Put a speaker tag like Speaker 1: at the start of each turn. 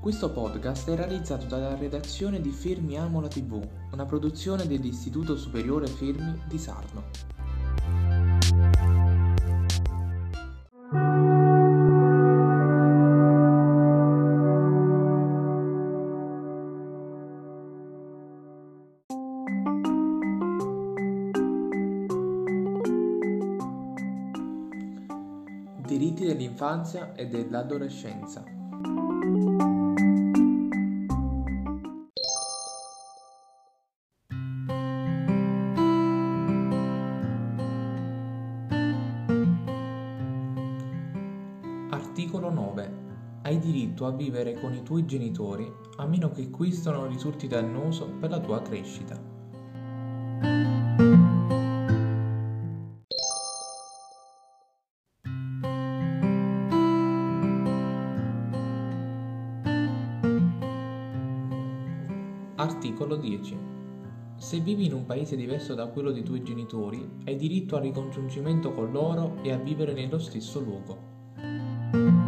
Speaker 1: Questo podcast è realizzato dalla redazione di Fermi Amo la TV, una produzione dell'Istituto Superiore Fermi di Sarno. Diritti dell'infanzia e dell'adolescenza. Articolo 9. Hai diritto a vivere con i tuoi genitori a meno che questo non risulti dannoso per la tua crescita. Articolo 10. Se vivi in un paese diverso da quello dei tuoi genitori, hai diritto al ricongiungimento con loro e a vivere nello stesso luogo.